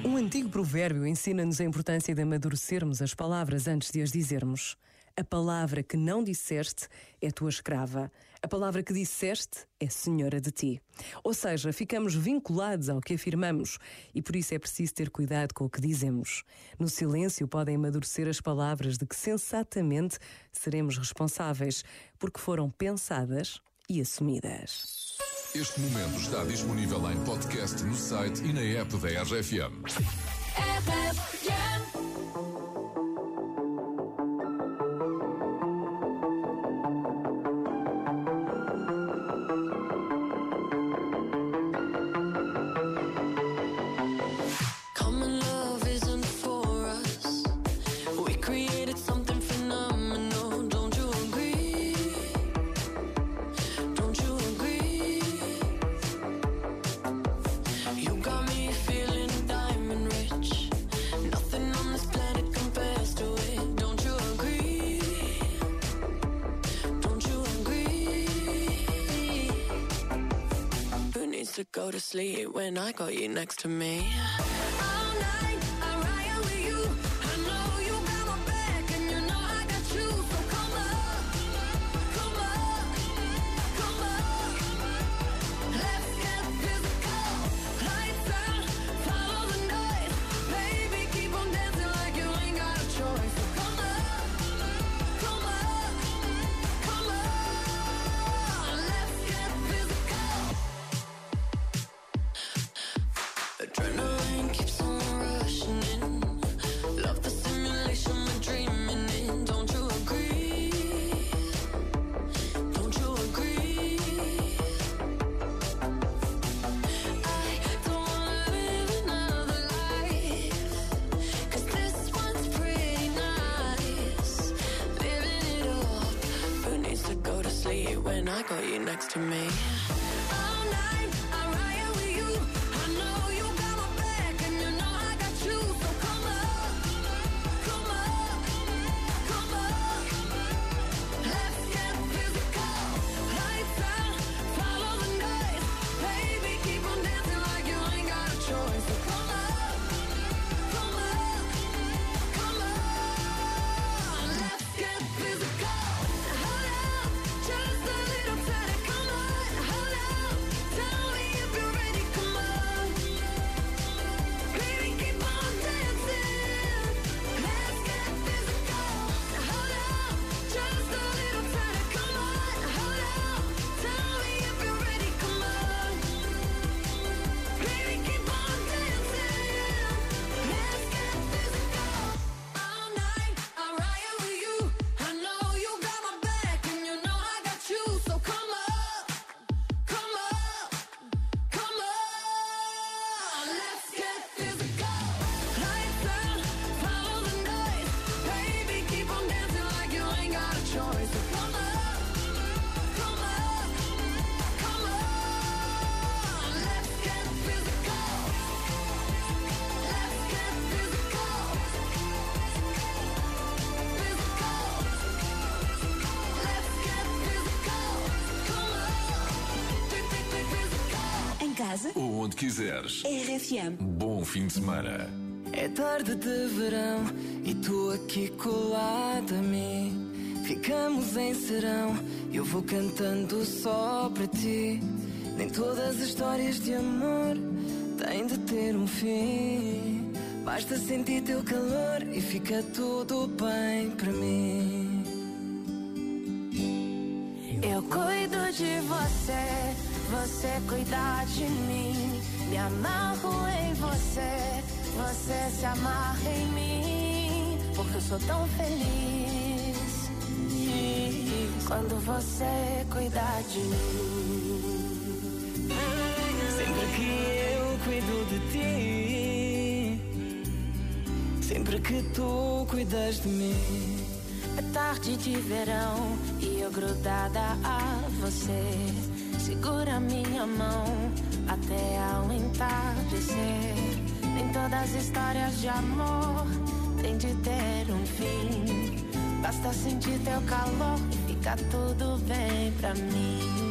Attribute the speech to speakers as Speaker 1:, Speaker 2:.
Speaker 1: Um antigo provérbio ensina-nos a importância de amadurecermos as palavras antes de as dizermos. A palavra que não disseste é tua escrava. A palavra que disseste é senhora de ti. Ou seja, ficamos vinculados ao que afirmamos e por isso é preciso ter cuidado com o que dizemos. No silêncio podem amadurecer as palavras de que sensatamente seremos responsáveis, porque foram pensadas e assumidas.
Speaker 2: Este momento está disponível em podcast no site e na app da RFM.
Speaker 3: Common love isn't for us. We created something phenomenal. Don't you agree? Don't you agree? You got me feeling diamond rich. Nothing on this planet compares to it. Don't you agree? Don't you agree? Who needs to go to sleep when I got you next to me? All night, I'll ride with you. I know you got my back, and you know I got you. So come up, come up, come up. Let's get physical. Lights out, follow the noise. Baby, keep on dancing like you ain't got a choice. So come up, come up, come up. Let's get physical. Adrenaline keeps on rushing in. Love the simulation we're dreaming in. Don't you agree? Don't you agree? I don't wanna live another life, 'cause this one's pretty nice. Living it up. Who needs to go to sleep when I got you next to me? All night, I'll ride with you. I know you got my back, and you know I got you. So come up, come up, come up. Let's get physical. Lights out, follow the noise. Baby, keep on dancing like you ain't got a choice. So come up, come up, come up. Let's get physical. Hold up, just a little tighter. Come on, hold up. Tell me if you're ready. Come on, baby, keep on dancing. Let's get physical. Hold up, just a little tighter. Come on, hold up. Tell me if you're ready. Come on, baby, keep on dancing. Let's get physical. All night, I'll ride with you. I know you got my back, and you know I got you. So come up, come up, come on. Let's get physical. Lights out, follow the noise. Baby, keep on dancing like you ain't got a choice. So come up, come up, come on. Let's get physical. Let's get physical. Physical. Let's get physical. Come on. Physical.
Speaker 4: Em casa,
Speaker 2: Ou onde quiseres.
Speaker 4: RFM.
Speaker 2: Bom fim de semana.
Speaker 3: É tarde de verão e tu aqui colada a mim. Ficamos em serão e eu vou cantando só para ti. Nem todas as histórias de amor têm de ter um fim. Basta sentir teu calor e fica tudo bem para mim. Eu cuido de você, você cuida de mim. Me amarro em você, você se amarra em mim. Porque eu sou tão feliz quando você cuida de mim. Sempre que eu cuido de ti, sempre que tu cuidas de mim. É tarde de verão e eu grudada a você. Segura minha mão até ao entardecer. Nem todas as histórias de amor têm de ter um fim. Basta sentir teu calor e fica tudo bem pra mim.